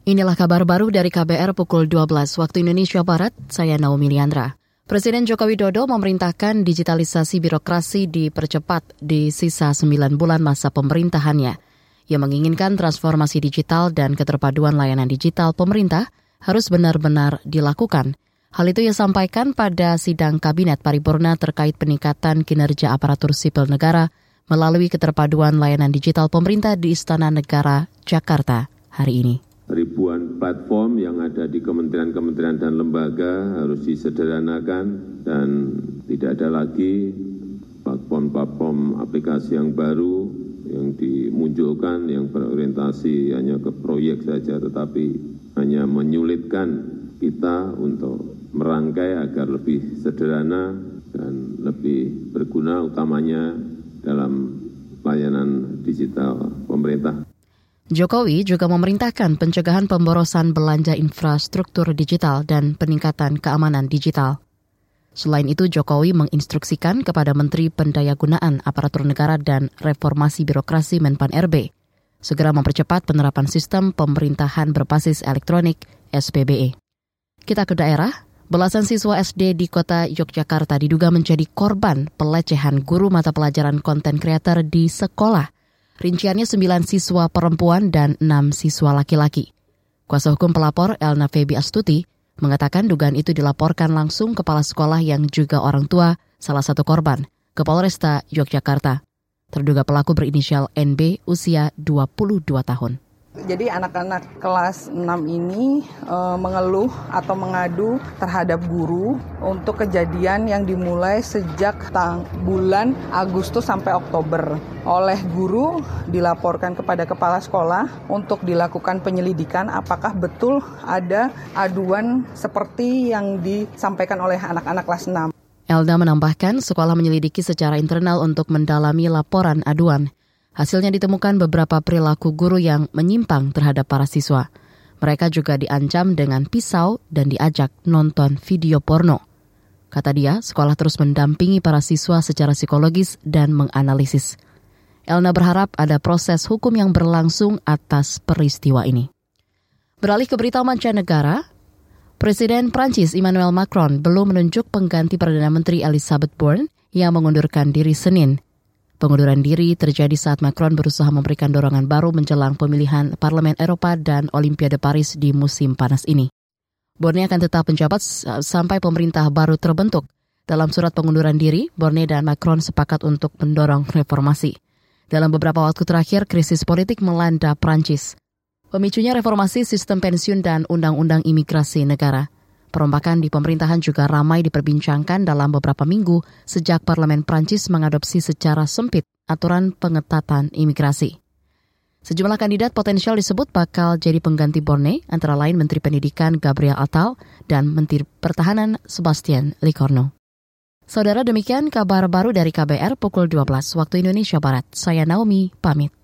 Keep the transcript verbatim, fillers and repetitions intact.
Inilah kabar baru dari K B R pukul dua belas waktu Indonesia Barat, saya Naomi Liandra. Presiden Joko Widodo memerintahkan digitalisasi birokrasi dipercepat di sisa sembilan bulan masa pemerintahannya. Ia menginginkan transformasi digital dan keterpaduan layanan digital pemerintah harus benar-benar dilakukan. Hal itu ia sampaikan pada sidang Kabinet Paripurna terkait peningkatan kinerja aparatur sipil negara melalui keterpaduan layanan digital pemerintah di Istana Negara, Jakarta hari ini. Ribuan platform yang ada di kementerian-kementerian dan lembaga harus disederhanakan dan tidak ada lagi platform-platform aplikasi yang baru yang dimunculkan yang berorientasi hanya ke proyek saja tetapi hanya menyulitkan kita untuk merangkai agar lebih sederhana dan lebih berguna utamanya dalam layanan digital pemerintah. Jokowi juga memerintahkan pencegahan pemborosan belanja infrastruktur digital dan peningkatan keamanan digital. Selain itu, Jokowi menginstruksikan kepada Menteri Pendayagunaan Aparatur Negara dan Reformasi Birokrasi Menpan R B segera mempercepat penerapan sistem pemerintahan berbasis elektronik S P B E. Kita ke daerah, belasan siswa S D di kota Yogyakarta diduga menjadi korban pelecehan guru mata pelajaran konten kreator di sekolah. Rinciannya sembilan siswa perempuan dan enam siswa laki-laki. Kuasa hukum pelapor Elna Febi Astuti mengatakan dugaan itu dilaporkan langsung kepala sekolah yang juga orang tua salah satu korban ke Polresta Yogyakarta. Terduga pelaku berinisial N B usia dua puluh dua tahun. Jadi anak-anak kelas enam ini e, mengeluh atau mengadu terhadap guru untuk kejadian yang dimulai sejak tang- bulan Agustus sampai Oktober. Oleh guru dilaporkan kepada kepala sekolah untuk dilakukan penyelidikan apakah betul ada aduan seperti yang disampaikan oleh anak-anak kelas enam. Elda menambahkan sekolah menyelidiki secara internal untuk mendalami laporan aduan. Hasilnya ditemukan beberapa perilaku guru yang menyimpang terhadap para siswa. Mereka juga diancam dengan pisau dan diajak nonton video porno. Kata dia, sekolah terus mendampingi para siswa secara psikologis dan menganalisis. Elna berharap ada proses hukum yang berlangsung atas peristiwa ini. Beralih ke berita mancanegara, Presiden Prancis Emmanuel Macron belum menunjuk pengganti Perdana Menteri Elizabeth Borne yang mengundurkan diri Senin. Pengunduran diri terjadi saat Macron berusaha memberikan dorongan baru menjelang pemilihan Parlemen Eropa dan Olimpiade Paris di musim panas ini. Borne akan tetap menjabat sampai pemerintah baru terbentuk. Dalam surat pengunduran diri, Borne dan Macron sepakat untuk mendorong reformasi. Dalam beberapa waktu terakhir, krisis politik melanda Prancis. Pemicunya reformasi sistem pensiun dan undang-undang imigrasi negara. Perombakan di pemerintahan juga ramai diperbincangkan dalam beberapa minggu sejak Parlemen Prancis mengadopsi secara sempit aturan pengetatan imigrasi. Sejumlah kandidat potensial disebut bakal jadi pengganti Borne, antara lain Menteri Pendidikan Gabriel Attal dan Menteri Pertahanan Sébastien Lecornu. Saudara, demikian kabar baru dari K B R pukul dua belas waktu Indonesia Barat. Saya Naomi, pamit.